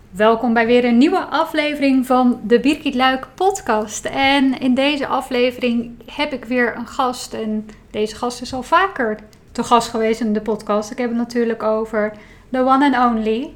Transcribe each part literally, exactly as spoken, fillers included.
Welkom bij weer een nieuwe aflevering van de Birgit Luik podcast. En in deze aflevering heb ik weer een gast. En deze gast is al vaker te gast geweest in de podcast. Ik heb het natuurlijk over the one and only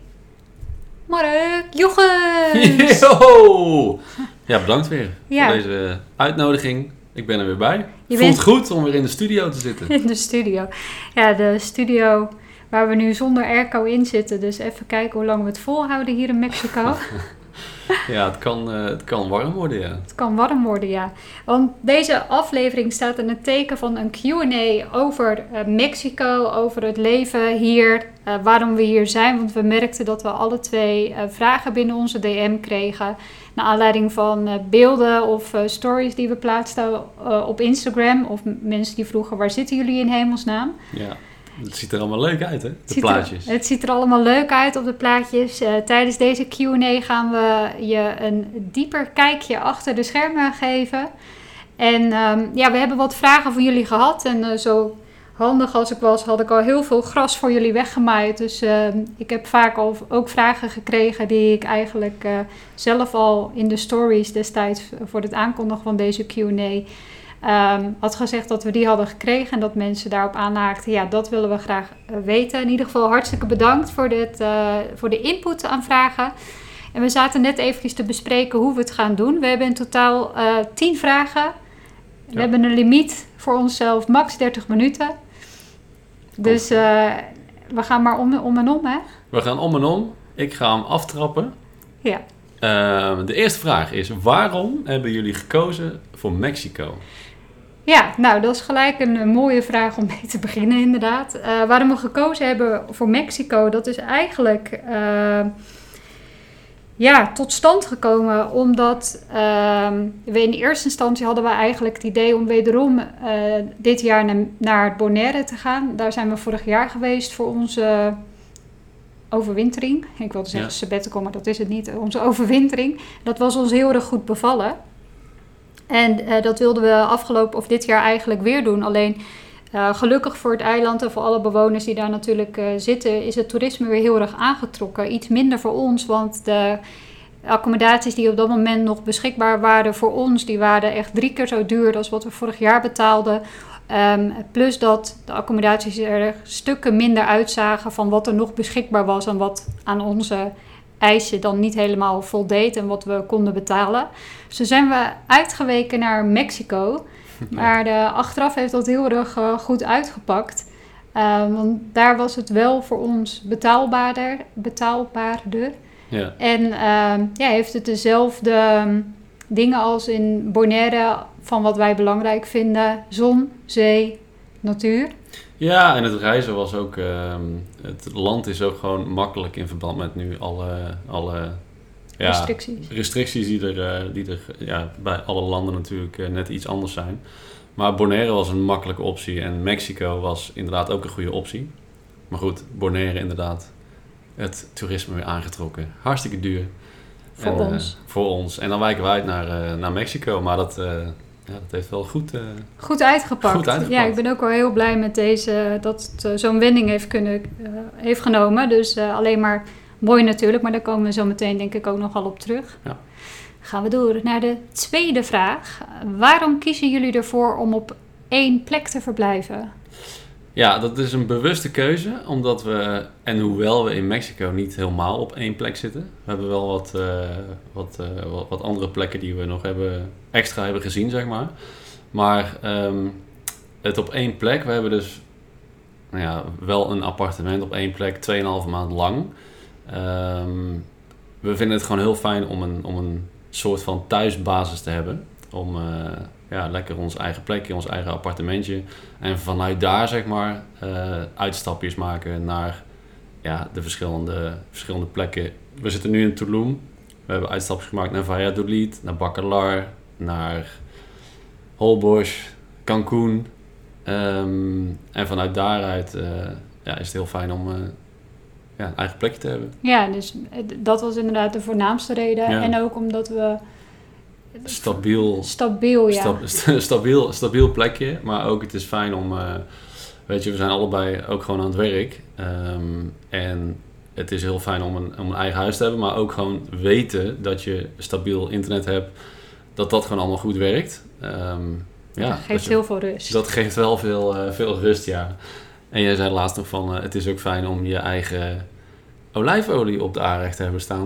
Mark Jochems. Yo! Ja, bedankt weer Ja. voor deze uitnodiging. Ik ben er weer bij. Je Voelt bent goed om weer in de studio te zitten. in de studio. Ja, de studio waar we nu zonder airco in zitten. Dus even kijken hoe lang we het volhouden hier in Mexico. Ja, het kan, uh, het kan warm worden, ja. Het kan warm worden, ja. Want deze aflevering staat in het teken van een Q en A over uh, Mexico, over het leven hier, uh, waarom we hier zijn. Want we merkten dat we alle twee uh, vragen binnen onze D M kregen. Naar aanleiding van uh, beelden of uh, stories die we plaatsten uh, op Instagram. Of m- mensen die vroegen, waar zitten jullie in hemelsnaam? Ja, het ziet er allemaal leuk uit, hè? De Het ziet plaatjes. Er, het ziet er allemaal leuk uit op de plaatjes. Uh, tijdens deze Q en A gaan we je een dieper kijkje achter de schermen geven. En um, ja, we hebben wat vragen van jullie gehad. En uh, zo handig als ik was, had ik al heel veel gras voor jullie weggemaaid. Dus uh, ik heb vaak al ook vragen gekregen die ik eigenlijk uh, zelf al in de stories destijds voor het aankondigen van deze Q en A... Um, had gezegd dat we die hadden gekregen en dat mensen daarop aanhaakten. Ja, dat willen we graag uh, weten. In ieder geval hartstikke bedankt voor, dit, uh, voor de input aan vragen. En we zaten net eventjes te bespreken hoe we het gaan doen. We hebben in totaal uh, tien vragen. We Ja. hebben een limiet voor onszelf, max dertig minuten. Dus uh, we gaan maar om, om en om, hè? We gaan om en om. Ik ga hem aftrappen. Ja. Uh, de eerste vraag is, waarom hebben jullie gekozen voor Mexico? Ja, nou, dat is gelijk een, een mooie vraag om mee te beginnen, inderdaad. Uh, waarom we gekozen hebben voor Mexico, dat is eigenlijk uh, ja, tot stand gekomen. Omdat uh, we in eerste instantie hadden we eigenlijk het idee om wederom uh, dit jaar na, naar Bonaire te gaan. Daar zijn we vorig jaar geweest voor onze overwintering. Ik wilde zeggen Ja. sabbatical, maar dat is het niet. Onze overwintering. Dat was ons heel erg goed bevallen. En uh, dat wilden we afgelopen of dit jaar eigenlijk weer doen. Alleen uh, gelukkig voor het eiland en voor alle bewoners die daar natuurlijk uh, zitten, is het toerisme weer heel erg aangetrokken. Iets minder voor ons, want de accommodaties die op dat moment nog beschikbaar waren voor ons, die waren echt drie keer zo duur als wat we vorig jaar betaalden. Um, plus dat de accommodaties er stukken minder uitzagen van wat er nog beschikbaar was en wat aan onze eisen dan niet helemaal voldeed en wat we konden betalen. Dus toen zijn we uitgeweken naar Mexico. Maar de, achteraf heeft dat heel erg uh, goed uitgepakt. Uh, want daar was het wel voor ons betaalbaarder. betaalbaarder. Ja. En uh, ja, heeft het dezelfde um, dingen als in Bonaire van wat wij belangrijk vinden. Zon, zee, natuur. Ja, en het reizen was ook... Uh, het land is ook gewoon makkelijk in verband met nu alle... alle ja, Restricties. restricties die er, uh, die er ja, bij alle landen natuurlijk uh, net iets anders zijn. Maar Bonaire was een makkelijke optie en Mexico was inderdaad ook een goede optie. Maar goed, Bonaire inderdaad het toerisme weer aangetrokken. Hartstikke duur. Voor en, ons. Uh, voor ons. En dan wijken we uit naar, uh, naar Mexico, maar dat, uh, ja, dat heeft wel goed, uh, Goed uitgepakt. goed uitgepakt. Ja, ik ben ook wel heel blij met deze, dat het uh, zo'n wending heeft, kunnen, uh, heeft genomen. Dus uh, alleen maar mooi natuurlijk, maar daar komen we zo meteen denk ik ook nogal op terug. Ja. Gaan we door naar de tweede vraag. Waarom kiezen jullie ervoor om op één plek te verblijven? Ja, dat is een bewuste keuze, omdat we, en hoewel we in Mexico niet helemaal op één plek zitten, we hebben wel wat, uh, wat, uh, wat, wat andere plekken die we nog hebben, extra hebben gezien, zeg maar. Maar um, het op één plek, we hebben dus nou ja, wel een appartement op één plek, tweeënhalve maand lang. Um, we vinden het gewoon heel fijn om een, om een soort van thuisbasis te hebben, om... Uh, Ja, lekker ons eigen plekje, ons eigen appartementje. En vanuit daar, zeg maar, uh, uitstapjes maken naar ja, de verschillende, verschillende plekken. We zitten nu in Tulum. We hebben uitstapjes gemaakt naar Valladolid, naar Bacalar, naar Holbox, Cancún. Um, en vanuit daaruit uh, ja, is het heel fijn om uh, ja, een eigen plekje te hebben. Ja, dus dat was inderdaad de voornaamste reden. Ja. En ook omdat we... Stabiel, Stabiel, ja. Stab, stabiel, stabiel plekje, maar ook het is fijn om, uh, weet je, we zijn allebei ook gewoon aan het werk. Um, en het is heel fijn om een, om een eigen huis te hebben, maar ook gewoon weten dat je stabiel internet hebt, dat dat gewoon allemaal goed werkt. Um, ja, dat geeft je, heel veel rust. Dat geeft wel veel, uh, veel rust, ja. En jij zei laatst nog van, uh, het is ook fijn om je eigen olijfolie op de aanrecht te hebben staan.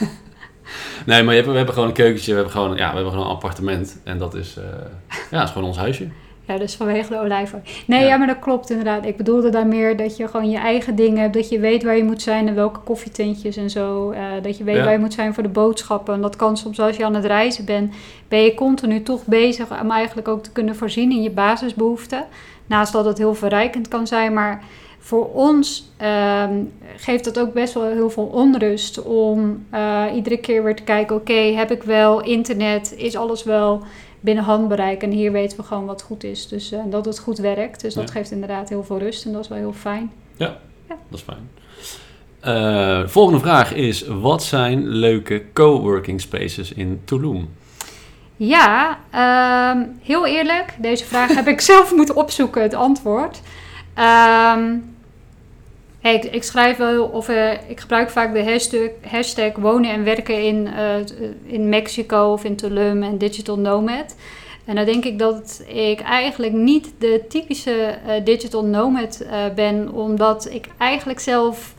Nee, maar je hebt, we hebben gewoon een keukentje, we hebben gewoon, ja, we hebben gewoon een appartement. En dat is, uh, ja, dat is gewoon ons huisje. Ja, dus vanwege de olijfolie. Nee, ja. ja, maar dat klopt inderdaad. Ik bedoelde daar meer dat je gewoon je eigen dingen hebt. Dat je weet waar je moet zijn en welke koffietentjes en zo. Uh, dat je weet ja. waar je moet zijn voor de boodschappen. En dat kan soms als je aan het reizen bent, ben je continu toch bezig om eigenlijk ook te kunnen voorzien in je basisbehoeften. Naast dat het heel verrijkend kan zijn, maar voor ons uh, geeft dat ook best wel heel veel onrust om uh, iedere keer weer te kijken, oké, okay, heb ik wel internet? Is alles wel binnen handbereik? En hier weten we gewoon wat goed is. Dus uh, dat het goed werkt. Dus dat ja. geeft inderdaad heel veel rust en dat is wel heel fijn. Ja, ja. Dat is fijn. Uh, volgende vraag is, wat zijn leuke coworking spaces in Tulum? Ja, uh, heel eerlijk, deze vraag heb ik zelf moeten opzoeken, het antwoord. Um, hey, ik, ik schrijf wel, of uh, ik gebruik vaak de hashtag, hashtag wonen en werken in, uh, in Mexico of in Tulum en digital nomad. En dan denk ik dat ik eigenlijk niet de typische uh, digital nomad uh, ben, omdat ik eigenlijk zelf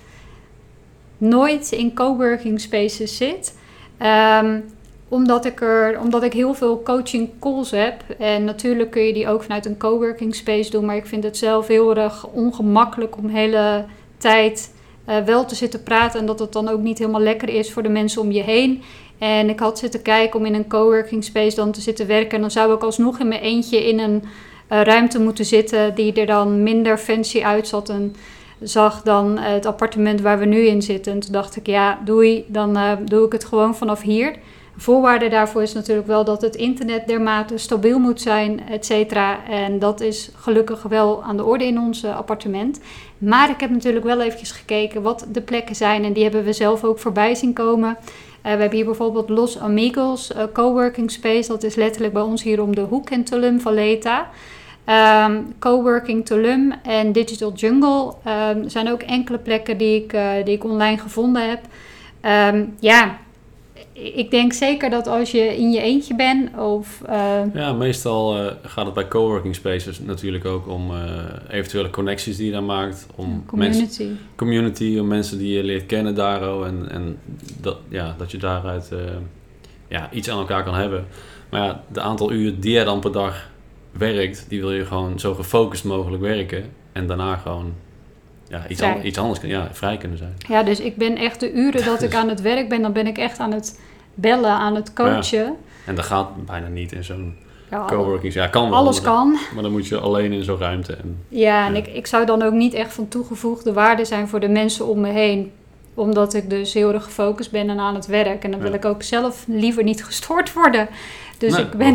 nooit in coworking spaces zit. Um, Omdat ik, er, omdat ik heel veel coaching calls heb. En natuurlijk kun je die ook vanuit een coworking space doen. Maar ik vind het zelf heel erg ongemakkelijk om de hele tijd uh, wel te zitten praten. En dat het dan ook niet helemaal lekker is voor de mensen om je heen. En ik had zitten kijken om in een coworking space dan te zitten werken. En dan zou ik alsnog in mijn eentje in een uh, ruimte moeten zitten die er dan minder fancy uitzat en zag dan uh, het appartement waar we nu in zitten. En toen dacht ik, ja, doei, dan uh, doe ik het gewoon vanaf hier. Voorwaarde daarvoor is natuurlijk wel dat het internet dermate stabiel moet zijn, et cetera. En dat is gelukkig wel aan de orde in ons uh, appartement. Maar ik heb natuurlijk wel eventjes gekeken wat de plekken zijn. En die hebben we zelf ook voorbij zien komen. Uh, we hebben hier bijvoorbeeld Los Amigos, uh, coworking space. Dat is letterlijk bij ons hier om de hoek in Tulum, Valeta. Um, Coworking Tulum en Digital Jungle. Um, er zijn ook enkele plekken die ik, uh, die ik online gevonden heb. Um, ja... Ik denk zeker dat als je in je eentje bent of... Uh... Ja, meestal uh, gaat het bij coworking spaces natuurlijk ook om uh, eventuele connecties die je daar maakt. Om community. Mensen, community, om mensen die je leert kennen daar. En, en dat, ja, dat je daaruit uh, ja, iets aan elkaar kan hebben. Maar ja, de aantal uren die je dan per dag werkt, die wil je gewoon zo gefocust mogelijk werken. En daarna gewoon... Ja, iets, an- iets anders ja, vrij kunnen zijn. Ja, dus ik ben echt de uren dat ik aan het werk ben, dan ben ik echt aan het bellen, aan het coachen. Ja, en dat gaat bijna niet in zo'n ja, coworking. Ja, kan wel. Alles maar, kan. Maar dan moet je alleen in zo'n ruimte. En, ja, en ja. Ik, ik zou dan ook niet echt van toegevoegde waarde zijn voor de mensen om me heen. Omdat ik dus heel erg gefocust ben en aan het werk. En dan ja. wil ik ook zelf liever niet gestoord worden. Dus nee, ik ben...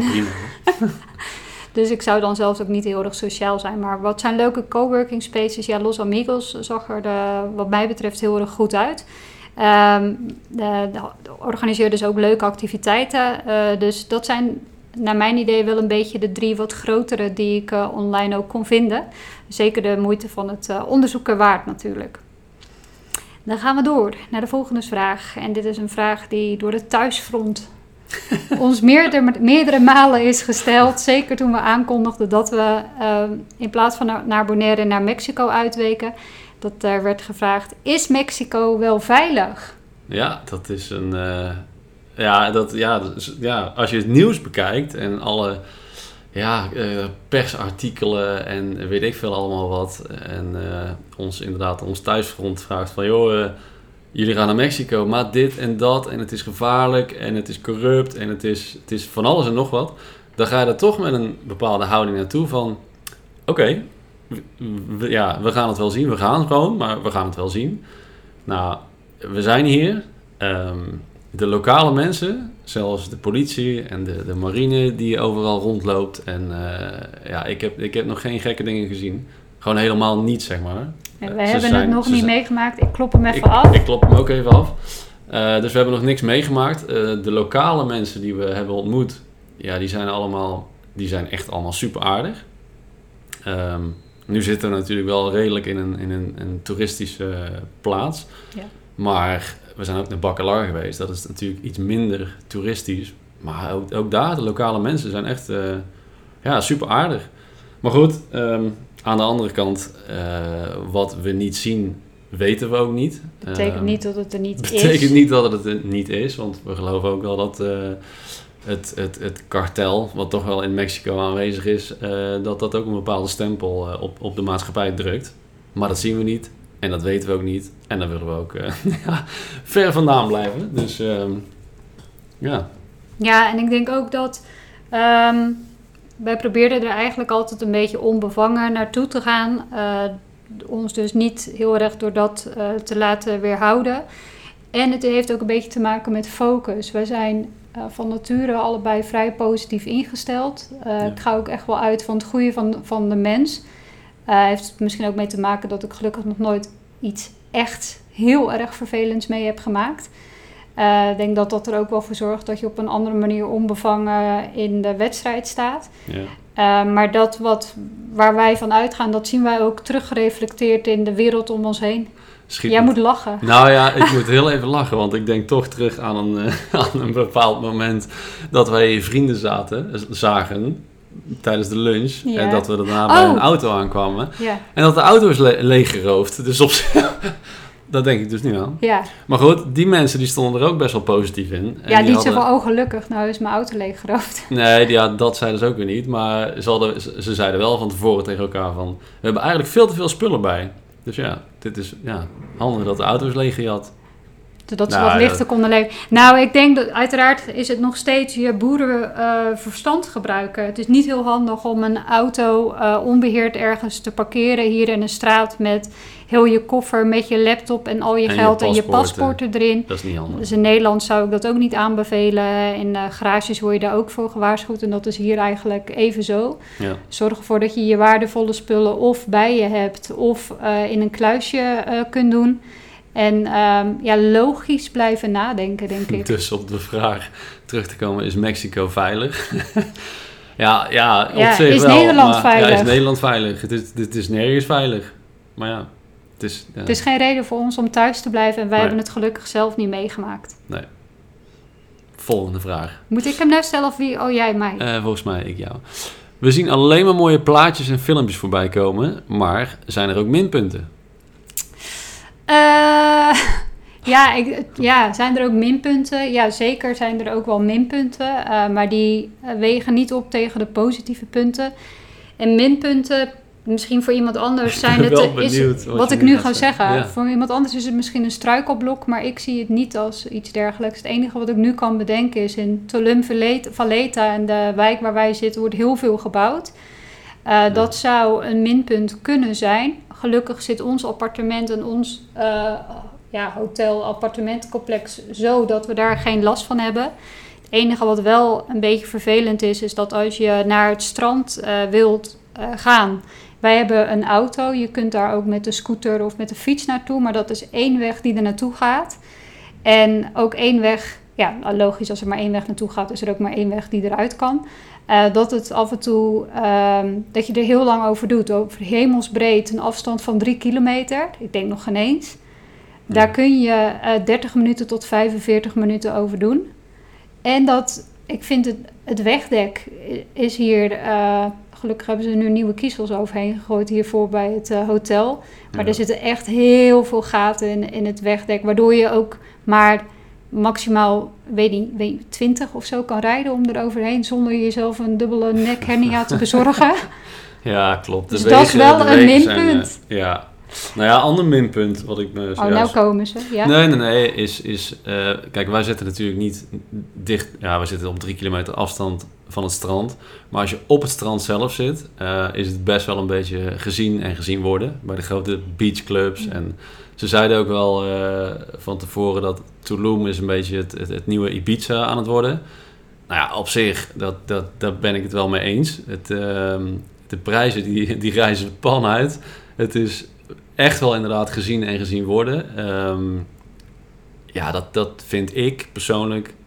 Dus ik zou dan zelfs ook niet heel erg sociaal zijn. Maar wat zijn leuke coworking spaces? Ja, Los Amigos zag er de, wat mij betreft heel erg goed uit. Um, de, de, de organiseert dus ook leuke activiteiten. Uh, dus dat zijn naar mijn idee wel een beetje de drie wat grotere die ik uh, online ook kon vinden. Zeker de moeite van het uh, onderzoeken waard natuurlijk. Dan gaan we door naar de volgende vraag. En dit is een vraag die door de thuisfront... ons meerdere, meerdere malen is gesteld. Zeker toen we aankondigden dat we uh, in plaats van naar, naar Bonaire naar Mexico uitweken. Dat er werd gevraagd, is Mexico wel veilig? Ja, dat is een... Uh, ja, dat, ja, dat is, ja, als je het nieuws bekijkt en alle ja, uh, persartikelen en weet ik veel allemaal wat. En uh, ons inderdaad ons thuisfront vraagt van joh... Uh, jullie gaan naar Mexico, maar dit en dat en het is gevaarlijk en het is corrupt en het is, het is van alles en nog wat. Dan ga je er toch met een bepaalde houding naartoe van... Oké, okay, we, ja, we gaan het wel zien. We gaan gewoon, maar we gaan het wel zien. Nou, we zijn hier. Um, de lokale mensen, zelfs de politie en de, de marine die overal rondloopt. En uh, ja, ik heb, ik heb nog geen gekke dingen gezien. Gewoon helemaal niet, zeg maar. En wij hebben zijn, het nog niet zijn, meegemaakt. Ik klop hem even ik, af. Ik klop hem ook even af. Uh, dus we hebben nog niks meegemaakt. Uh, de lokale mensen die we hebben ontmoet, ja, die zijn allemaal, die zijn echt allemaal super aardig. Um, Nu zitten we natuurlijk wel redelijk in een, in een, een toeristische plaats. Ja. Maar we zijn ook naar Bacalar geweest. Dat is natuurlijk iets minder toeristisch. Maar ook, ook daar, de lokale mensen zijn echt uh, ja, super aardig. Maar goed, um, aan de andere kant, uh, wat we niet zien, weten we ook niet. Betekent um, niet dat het er niet betekent is. Betekent niet dat het er niet is. Want we geloven ook wel dat uh, het, het, het kartel, wat toch wel in Mexico aanwezig is, uh, dat dat ook een bepaalde stempel uh, op, op de maatschappij drukt. Maar dat zien we niet. En dat weten we ook niet. En dan willen we ook uh, ja, ver vandaan blijven. Dus um, ja. Ja, en ik denk ook dat um, wij probeerden er eigenlijk altijd een beetje onbevangen naartoe te gaan. Uh, ons dus niet heel erg door dat uh, te laten weerhouden. En het heeft ook een beetje te maken met focus. Wij zijn uh, van nature allebei vrij positief ingesteld. Uh, ja. Ik ga ook echt wel uit van het goede van, van de mens. Uh, heeft misschien ook mee te maken dat ik gelukkig nog nooit iets echt heel erg vervelends mee heb gemaakt. Uh, ik denk dat dat er ook wel voor zorgt dat je op een andere manier onbevangen in de wedstrijd staat. Ja. Uh, maar dat wat, waar wij van uitgaan, dat zien wij ook teruggereflecteerd in de wereld om ons heen. Schiet Jij moet lachen. Nou ja, ik moet heel even lachen, want ik denk toch terug aan een, uh, aan een bepaald moment dat wij vrienden zaten, zagen tijdens de lunch. Ja. En dat we daarna oh. bij een auto aankwamen. Ja. En dat de auto is le- leeggeroofd. Dus op dat denk ik dus niet aan. Ja. Maar goed, die mensen die stonden er ook best wel positief in. En ja, niet hadden... zo van, oh gelukkig, nou is mijn auto leeggeroofd. Nee, ja, dat zeiden ze ook weer niet. Maar ze, hadden, ze zeiden wel van tevoren tegen elkaar van, we hebben eigenlijk veel te veel spullen bij. Dus ja, dit is ja, handig dat de auto is leeggejat. Zodat ze nou, wat lichter ja. konden leven. Nou, ik denk dat uiteraard is het nog steeds je boerenverstand uh, gebruiken. Het is niet heel handig om een auto uh, onbeheerd ergens te parkeren hier in een straat met heel je koffer, met je laptop en al je en geld je en je paspoorten erin. Dat is niet handig. Dus in Nederland zou ik dat ook niet aanbevelen. In uh, garages word je daar ook voor gewaarschuwd en dat is hier eigenlijk even zo. Ja. Zorg ervoor dat je je waardevolle spullen of bij je hebt of uh, in een kluisje uh, kunt doen. En um, ja, logisch blijven nadenken, denk ik. Dus op de vraag terug te komen, is Mexico veilig? ja, ja, op ja, zich is wel. Nederland maar, veilig? Ja, is Nederland veilig? Het is, het is nergens veilig. Maar ja, het is... Ja. Het is geen reden voor ons om thuis te blijven en wij nee. hebben het gelukkig zelf niet meegemaakt. Nee. Volgende vraag. Moet ik hem nou stellen of wie? Oh, jij mij. Uh, volgens mij ik jou. We zien alleen maar mooie plaatjes en filmpjes voorbij komen, maar zijn er ook minpunten? Uh, ja, ik, ja, zijn er ook minpunten? Ja, zeker zijn er ook wel minpunten. Uh, maar die wegen niet op tegen de positieve punten. En minpunten, misschien voor iemand anders zijn het... Wel benieuwd is, wat, wat ik nu nu ga zeggen. zeggen. Ja. Voor iemand anders is het misschien een struikelblok, maar ik zie het niet als iets dergelijks. Het enige wat ik nu kan bedenken is in Tulum Valletta en de wijk waar wij zitten wordt heel veel gebouwd. Uh, ja. Dat zou een minpunt kunnen zijn. Gelukkig zit ons appartement en ons uh, ja, hotel-appartementcomplex zo dat we daar geen last van hebben. Het enige wat wel een beetje vervelend is, is dat als je naar het strand uh, wilt uh, gaan. Wij hebben een auto, je kunt daar ook met de scooter of met de fiets naartoe, maar dat is één weg die er naartoe gaat. En ook één weg, ja logisch als er maar één weg naartoe gaat, is er ook maar één weg die eruit kan. Uh, dat het af en toe, uh, dat je er heel lang over doet. Over hemelsbreed een afstand van drie kilometer. Ik denk nog geen eens. Daar kun je uh, dertig minuten tot vijfenveertig minuten over doen. En dat, ik vind het, het wegdek is hier, uh, gelukkig hebben ze er nu nieuwe kiezels overheen gegooid hiervoor bij het uh, hotel. Maar ja. Er zitten echt heel veel gaten in, in het wegdek. Waardoor je ook maar maximaal, weet niet, weet niet, twintig of zo kan rijden om er overheen zonder jezelf een dubbele nekhernia te bezorgen. Ja, klopt. De dus wegen, dat is wel een minpunt. Zijn, uh, ja. Nou ja, ander minpunt wat ik me zojuist... Oh, nou komen ze, ja. Nee, nee, nee, is... is uh, kijk, wij zitten natuurlijk niet dicht... Ja, we zitten op drie kilometer afstand van het strand. Maar als je op het strand zelf zit, uh, is het best wel een beetje gezien en gezien worden. Bij de grote beachclubs. Mm. En ze zeiden ook wel uh, van tevoren dat Tulum is een beetje het, het, het nieuwe Ibiza aan het worden. Nou ja, op zich, dat, dat, daar ben ik het wel mee eens. Het, uh, de prijzen, die, die reizen de pan uit. Het is echt wel inderdaad gezien en gezien worden. Um, ja, dat, dat vind ik persoonlijk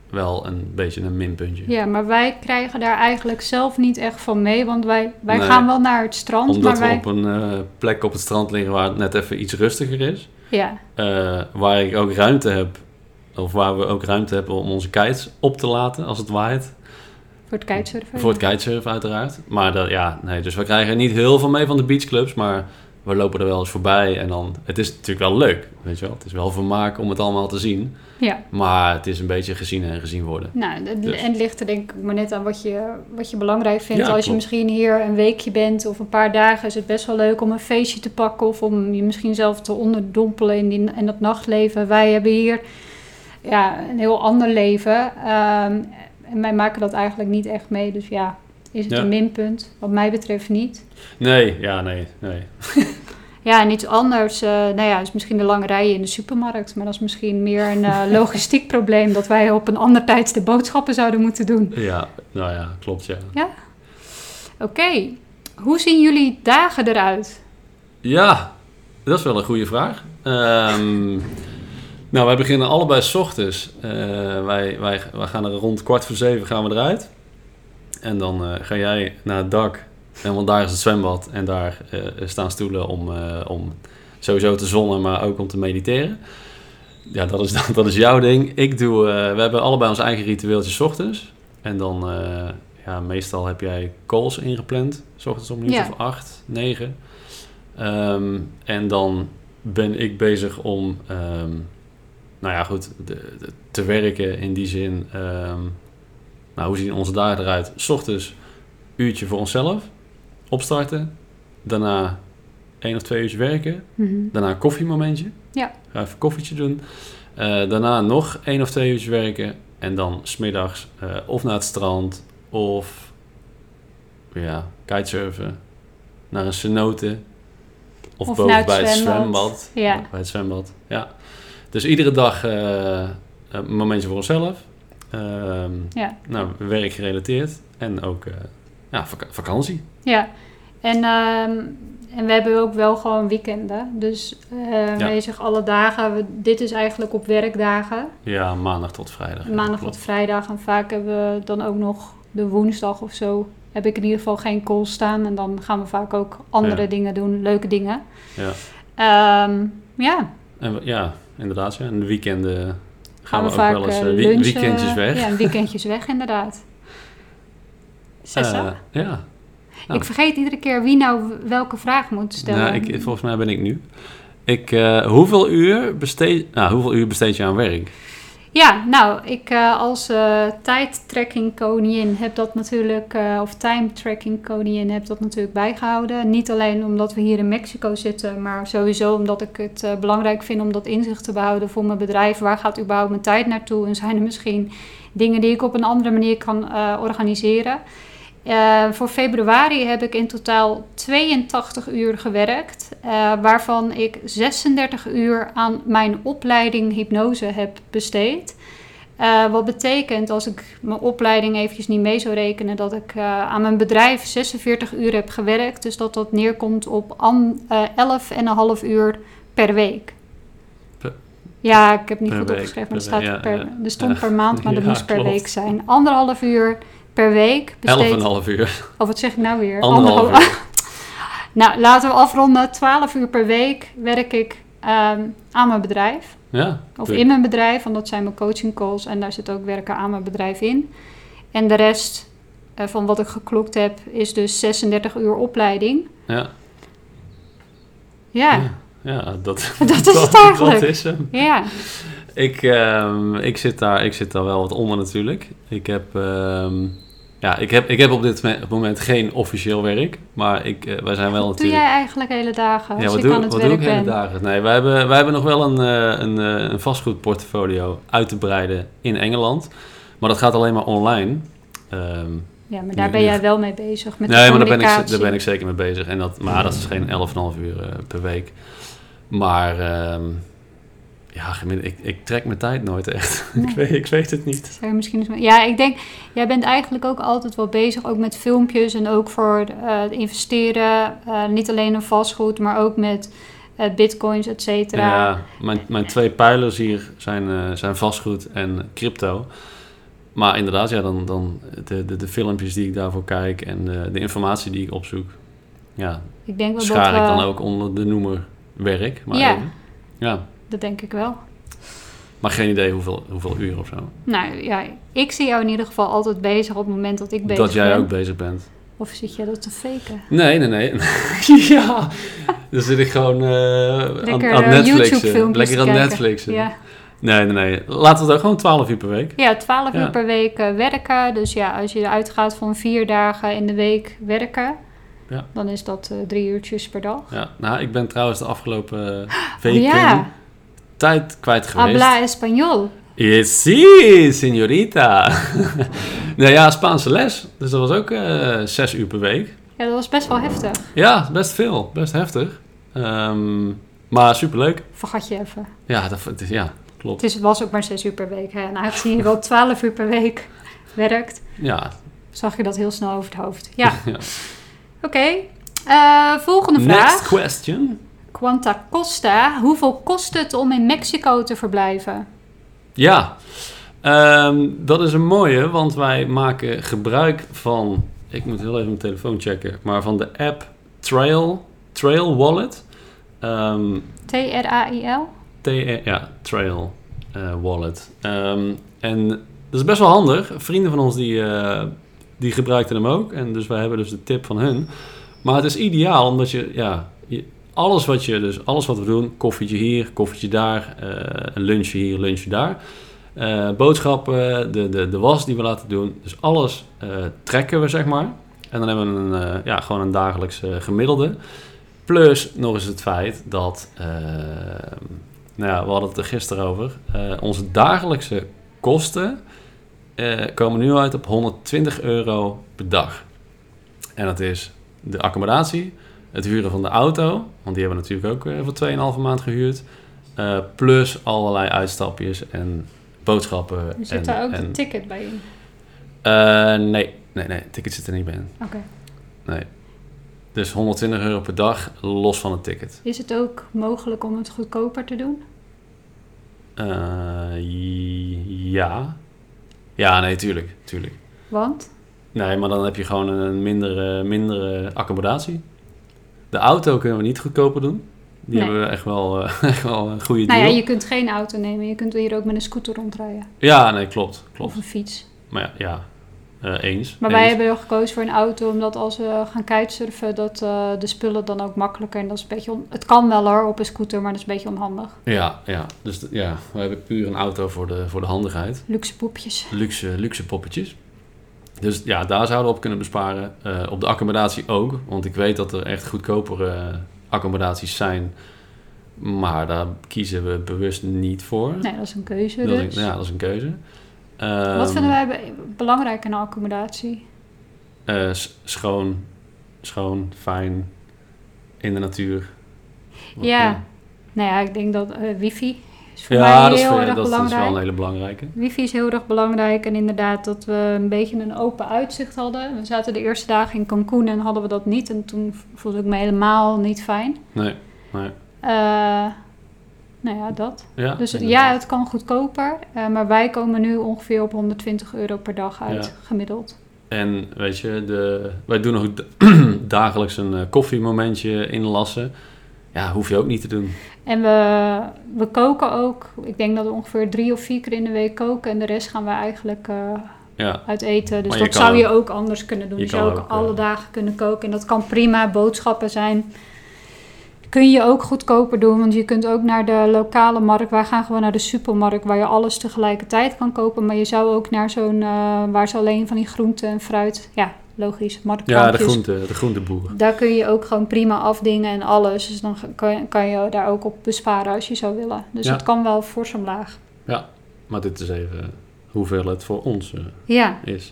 wel een beetje een minpuntje. Ja, maar wij krijgen daar eigenlijk zelf niet echt van mee, want wij, wij Nee, gaan wel naar het strand. Omdat maar we wij... op een uh, plek op het strand liggen waar het net even iets rustiger is. Ja. Uh, waar ik ook ruimte heb, of waar we ook ruimte hebben om onze kites op te laten als het waait. Voor het kitesurfen? Voor het kitesurfen uiteraard. Maar dat, ja, nee, dus we krijgen niet heel veel mee van de beachclubs, maar we lopen er wel eens voorbij. En dan, het is natuurlijk wel leuk, weet je wel. Het is wel vermaak om het allemaal te zien. Ja. Maar het is een beetje gezien en gezien worden. Nou, de, Dus. en het ligt er denk ik maar net aan wat je, wat je belangrijk vindt. Ja, Als klopt. je misschien hier een weekje bent of een paar dagen, is het best wel leuk om een feestje te pakken. Of om je misschien zelf te onderdompelen in, die, in dat nachtleven. Wij hebben hier ja, een heel ander leven. Um, en wij maken dat eigenlijk niet echt mee. Dus ja, is het Ja. een minpunt? Wat mij betreft niet. Nee, ja, nee, nee. Ja, en iets anders, uh, nou ja, is misschien de lange rijen in de supermarkt. Maar dat is misschien meer een uh, logistiek probleem, dat wij op een ander tijdstip boodschappen zouden moeten doen. Ja, nou ja, klopt, ja. Ja? Oké. Okay. Hoe zien jullie dagen eruit? Ja, dat is wel een goede vraag. Um, nou, wij beginnen allebei 's ochtends. Uh, wij, wij, wij gaan er rond kwart voor zeven gaan we eruit. En dan uh, ga jij naar het dak. En want daar is het zwembad en daar uh, staan stoelen om, uh, om sowieso te zonnen, maar ook om te mediteren. Ja, dat is, dat is jouw ding. Ik doe, uh, we hebben allebei ons eigen ritueeltje 's ochtends. En dan, uh, ja, meestal heb jij calls ingepland. 's Ochtends om een minuut Ja. of acht, negen. Um, en dan ben ik bezig om, um, nou ja, goed, de, de, te werken in die zin. Um, nou, hoe zien onze dagen eruit? 's Ochtends uurtje voor onszelf. Opstarten, daarna één of twee uurtjes werken, Mm-hmm. daarna een koffiemomentje, Ja. ga even een koffietje doen, uh, daarna nog één of twee uurtjes werken en dan 's middags uh, of naar het strand of ja, kitesurfen, naar een cenote of, Of boven naar het bij het zwembad. zwembad. Ja. Bij het zwembad, ja. Dus iedere dag uh, een momentje voor onszelf, um, Ja. nou, werkgerelateerd en ook uh, ja, vak- vakantie. Ja. En, um, en we hebben ook wel gewoon weekenden. Dus uh, Ja. wij zeggen alle dagen, we, dit is eigenlijk op werkdagen. Ja, maandag tot vrijdag. ja, Maandag klopt. tot vrijdag. En vaak hebben we dan ook nog de woensdag of zo. Heb ik in ieder geval geen call staan. En dan gaan we vaak ook andere Ja. dingen doen. Leuke dingen. Ja. Um, ja. En we- ja, inderdaad. Ja. En de weekenden gaan, Gaan we, we ook vaak wel eens uh, uh, wie- lunchen. weekendjes weg. Ja, weekendjes weg inderdaad. Sessa? Uh, ja. Nou. Ik vergeet iedere keer wie nou welke vraag moet stellen. Nou, ik, volgens mij ben ik nu. Ik, uh, hoeveel, uur besteed, nou, hoeveel uur besteed je aan werk? Ja, nou, ik uh, als uh, tijdtracking koningin heb dat natuurlijk, uh, of time tracking koningin heb dat natuurlijk bijgehouden. Niet alleen omdat we hier in Mexico zitten, maar sowieso omdat ik het uh, belangrijk vind om dat inzicht te behouden voor mijn bedrijf. Waar gaat überhaupt mijn tijd naartoe? En zijn er misschien dingen die ik op een andere manier kan uh, organiseren? Uh, voor februari heb ik in totaal tweeëntachtig uur gewerkt, uh, waarvan ik zesendertig uur aan mijn opleiding hypnose heb besteed. Uh, wat betekent, als ik mijn opleiding eventjes niet mee zou rekenen, dat ik uh, aan mijn bedrijf zesenveertig uur heb gewerkt. Dus dat dat neerkomt op an, uh, elf komma vijf uur per week. Per, ja, ik heb niet per goed week, opgeschreven, maar per er, staat week, ja, per, ja. er stond Ja. per maand, maar dat Ja, moest per klopt. week zijn. Anderhalf uur per week besteed. elf komma vijf uur. Of wat zeg ik nou weer? Anderhalf Anderhalf- uur. Nou, laten we afronden. twaalf uur per week werk ik um, aan mijn bedrijf. Ja. Of tuurlijk. in mijn bedrijf, want dat zijn mijn coaching calls. En daar zit ook werken aan mijn bedrijf in. En de rest uh, van wat ik geklokt heb, is dus zesendertig uur opleiding. Ja. Ja, Ja, ja dat, Dat is het eigenlijk. Dat is hem. ja. Ik, um, ik, zit daar, ik zit daar wel wat onder natuurlijk. Ik heb, um, ja, ik heb, ik heb op dit moment geen officieel werk. Maar ik, uh, wij zijn wel Wat doe natuurlijk... jij eigenlijk hele dagen als Ja, wat ik doe, aan het wat doe werk ik hele ben? dagen? Nee, wij hebben, wij hebben nog wel een, uh, een, uh, een vastgoedportfolio uit te breiden in Engeland. Maar dat gaat alleen maar online. Um, Ja, maar daar Nu- ben nu- jij wel mee bezig met nee, de maar daar ben, ik, communicatie. daar ben ik zeker mee bezig. En dat, maar dat is geen elf komma vijf uur uh, per week. Maar um, ja, gemiddeld- ik, ik trek mijn tijd nooit echt. Nee. ik, weet, ik weet het niet. Zou je misschien eens... Ja, ik denk, jij bent eigenlijk ook altijd wel bezig, ook met filmpjes en ook voor uh, investeren. Uh, niet alleen in vastgoed, maar ook met uh, bitcoins, et cetera. Ja, mijn, mijn twee pijlers hier zijn, uh, zijn vastgoed en crypto. maar inderdaad, ja, dan, dan de, de, de filmpjes die ik daarvoor kijk en de, de informatie die ik opzoek, ja, Ik denk wel schaar dat, ik uh, dan ook onder de noemer werk. Maar Ja. even. Ja, Dat denk ik wel. maar geen idee hoeveel, hoeveel uur of zo. Nou ja, ik zie jou in ieder geval altijd bezig op het moment dat ik bezig Dat jij ben. ook bezig bent. Of zit jij dat te faken? Nee, nee, nee. Ja, dan zit ik gewoon uh, Lekker aan, aan uh, Netflixen. YouTube-filmpjes Lekker te aan kijken. Netflixen. Ja, Nee, nee, nee. Laten we het ook gewoon twaalf uur per week. ja twaalf Ja. uur per week uh, werken. Dus ja, als je uitgaat van vier dagen in de week werken... Ja. dan is dat uh, drie uurtjes per dag. Ja, nou, ik ben trouwens de afgelopen uh, weken Oh ja, tijd kwijt geweest. habla español. Yes, sí, señorita. Nou ja, Spaanse les. Dus dat was ook uh, zes uur per week. Ja, dat was best wel heftig. Ja, best veel. Best heftig. Um, maar superleuk. Vergat je even. Ja, dat, het is, ja, klopt. Het is, was ook maar zes uur per week. Hè? En aangezien je wel twaalf uur per week werkt... Ja. zag je dat heel snel over het hoofd. Ja, Ja. oké. Okay. Uh, volgende vraag. Next question. Quanta costa? Hoeveel kost het om in Mexico te verblijven? Ja, um, dat is een mooie, want wij maken gebruik van... Ik moet heel even mijn telefoon checken. Maar van de app Trail, Trail Wallet. Um, T R A I L? T R, ja, Trail uh, Wallet. Um, en dat is best wel handig. Vrienden van ons die, uh, die gebruikten hem ook. En dus wij hebben dus de tip van hun. Maar het is ideaal, omdat je... ja, je alles wat je dus alles wat we doen, koffietje hier, koffietje daar, uh, een lunchje hier, lunchje daar. Uh, boodschappen, de, de, de was die we laten doen. Dus alles uh, trekken we, zeg maar. En dan hebben we een, uh, ja, gewoon een dagelijks uh, gemiddelde. Plus nog eens het feit dat, uh, nou ja, we hadden het er gisteren over. Uh, onze dagelijkse kosten uh, komen nu uit op honderdtwintig euro per dag. En dat is de accommodatie, het huren van de auto, want die hebben we natuurlijk ook uh, voor twee komma vijf maand gehuurd. Uh, plus allerlei uitstapjes en boodschappen. Zit en, daar ook en, een ticket bij in? Uh, nee, nee, nee, ticket zit er niet bij in. Oké. Okay. Nee. Dus honderdtwintig euro per dag, los van het ticket. Is het ook mogelijk om het goedkoper te doen? Uh, ja. Ja, nee, tuurlijk, tuurlijk. Want? Nee, maar dan heb je gewoon een mindere, mindere accommodatie. De auto kunnen we niet goedkoper doen. Die nee. hebben we echt wel, uh, echt wel een goede deal. Nou ja, je kunt geen auto nemen. Je kunt hier ook met een scooter rondrijden. Ja, nee, klopt. klopt. Of een fiets. Maar ja, ja uh, eens. Maar eens. wij hebben gekozen voor een auto, omdat als we gaan kitesurfen, dat uh, de spullen dan ook makkelijker. En dat is een beetje on- het kan wel hoor, op een scooter, maar dat is een beetje onhandig. Ja, ja. Dus d- ja, we hebben puur een auto voor de, voor de handigheid. Luxe poepjes. Luxe, luxe poppetjes. Dus ja, daar zouden we op kunnen besparen. Uh, op de accommodatie ook. Want ik weet dat er echt goedkopere uh, accommodaties zijn. Maar daar kiezen we bewust niet voor. Nee, dat is een keuze dat dus. Is, ja, dat is een keuze. Um, Wat vinden wij be- belangrijk in een accommodatie? Uh, s- schoon, schoon, fijn, in de natuur. Wat, Ja, uh, nou ja, ik denk dat uh, wifi is voor ja, mij dat is, heel voor, erg dat belangrijk. is wel een hele belangrijke. Wifi is heel erg belangrijk en inderdaad dat we een beetje een open uitzicht hadden. We zaten de eerste dagen in Cancún en hadden we dat niet en toen voelde ik me helemaal niet fijn. Nee, nee. Uh, nou ja, dat. Ja, dus inderdaad. ja, het kan goedkoper, uh, maar wij komen nu ongeveer op honderdtwintig euro per dag uit, Ja. gemiddeld. En weet je, de, wij doen ook d- dagelijks een uh, koffiemomentje inlassen. Ja, hoef je ook niet te doen. En we, we koken ook. Ik denk dat we ongeveer drie of vier keer in de week koken. En de rest gaan we eigenlijk uh, Ja. uit eten. Dus Maar je dat kan zou je ook- ook anders kunnen doen. je Je kan zou ook, ook, alle uh, dagen kunnen koken. En dat kan prima boodschappen zijn. Kun je ook goedkoper doen. Want je kunt ook naar de lokale markt. Wij gaan gewoon naar de supermarkt waar je alles tegelijkertijd kan kopen. Maar je zou ook naar zo'n... Uh, waar ze alleen van die groenten en fruit... Ja, logisch. Ja, Marktkrampjes. de, groente, de groenteboer. Daar kun je ook gewoon prima afdingen en alles. Dus dan kan, kan je daar ook op besparen als je zou willen. Dus Ja. het kan wel fors omlaag. Ja, maar dit is even hoeveel het voor ons uh, Ja. is.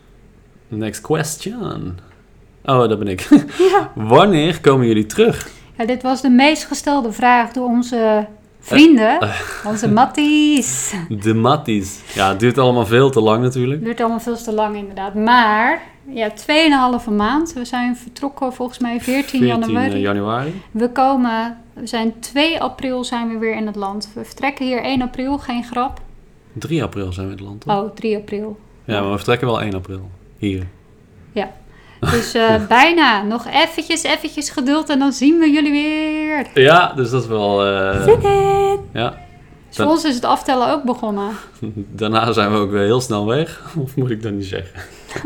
Next question. Oh, dat ben ik. Ja. Wanneer komen jullie terug? Ja, dit was de meest gestelde vraag door onze vrienden. Uh, uh. Onze matties. De matties. Ja, het duurt allemaal veel te lang natuurlijk. Het duurt allemaal veel te lang inderdaad. Maar, ja, tweeënhalve maand. We zijn vertrokken volgens mij veertien januari. januari. We komen, we zijn twee april zijn we weer in het land. We vertrekken hier één april, geen grap. drie april zijn we in het land, toch? Oh, drie april. Ja, maar we vertrekken wel één april. Hier. Ja. Dus uh, bijna. Nog eventjes, eventjes geduld en dan zien we jullie weer. Ja, dus dat is wel... Uh, Zit het? Ja. Dus voor ons is het aftellen ook begonnen. Daarna zijn we ook weer heel snel weg. Of moet ik dat niet zeggen?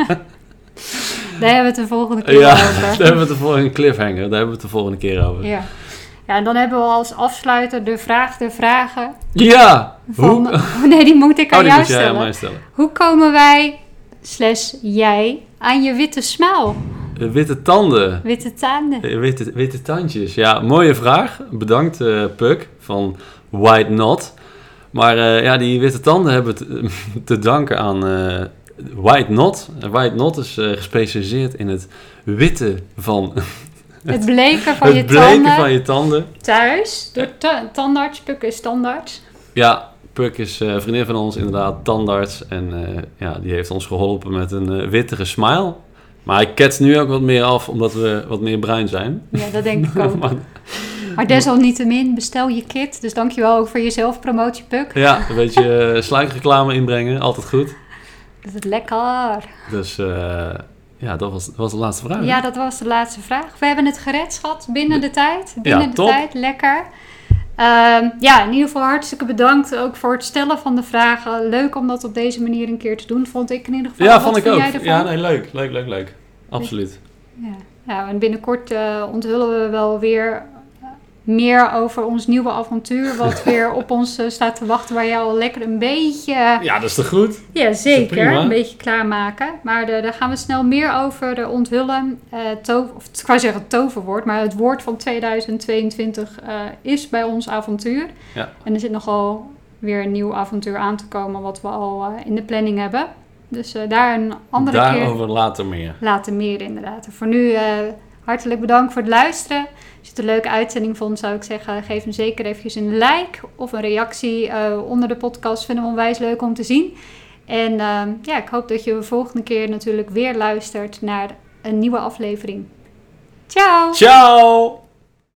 Daar hebben we het de volgende keer ja, over. daar hebben we het de volgende cliffhanger. Daar hebben we het de volgende keer over. Ja. Ja, en dan hebben we als afsluiter de vraag der vragen. Ja! Van, Hoe? oh nee, die moet ik aan oh, die jou moet jij stellen. aan mij stellen. Hoe komen wij, slash jij, aan je witte smaal? Uh, witte tanden. Witte tanden. Uh, witte, witte tandjes. Ja, mooie vraag. Bedankt, uh, Puk van White Knot. Maar uh, ja, die witte tanden hebben te, te danken aan uh, White Knot. White Knot is uh, gespecialiseerd in het witte van... Het bleken van het je bleken tanden. van je tanden. Thuis, door ta- tandarts. Puk is tandarts. Ja, Puk is uh, vriendin van ons, inderdaad, tandarts. En uh, ja, die heeft ons geholpen met een uh, wittere smile. Maar hij ketst nu ook wat meer af, omdat we wat meer bruin zijn. Ja, dat denk ik ook. maar, maar desalniettemin, bestel je kit. Dus dankjewel ook voor je zelfpromotie, Puk. Ja, een beetje uh, sluikreclame inbrengen, altijd goed. Dat is lekker. Dus uh, ja, dat was, dat was de laatste vraag. Ja, dat was de laatste vraag. We hebben het gered, schat, binnen de tijd. Binnen Ja, de top. tijd, lekker. Um, ja, in ieder geval hartstikke bedankt ook voor het stellen van de vragen. Leuk om dat op deze manier een keer te doen, vond ik in ieder geval. Ja, Wat vond ik vind ook. jij ervan? Ja, nee, leuk, leuk, leuk, leuk. Absoluut. Ja, ja en binnenkort uh, onthullen we wel weer uh, meer over ons nieuwe avontuur. Wat weer op ons uh, staat te wachten, waar jij al lekker een beetje... Uh, Ja, dat is toch goed? ja, zeker. prima? Een beetje klaarmaken. Maar de, daar gaan we snel meer over uh, onthullen. Uh, to- of ik wou zeggen toverwoord, maar het woord van tweeduizend tweeëntwintig uh, is bij ons avontuur. Ja. En er zit nogal weer een nieuw avontuur aan te komen wat we al uh, in de planning hebben. Dus uh, daar een andere keer Daarover later meer. later meer inderdaad. En voor nu uh, hartelijk bedankt voor het luisteren. Als je het een leuke uitzending vond, zou ik zeggen, geef hem zeker eventjes een like of een reactie uh, onder de podcast. Vinden we onwijs leuk om te zien. En uh, ja, ik hoop dat je de volgende keer natuurlijk weer luistert naar een nieuwe aflevering. Ciao! Ciao!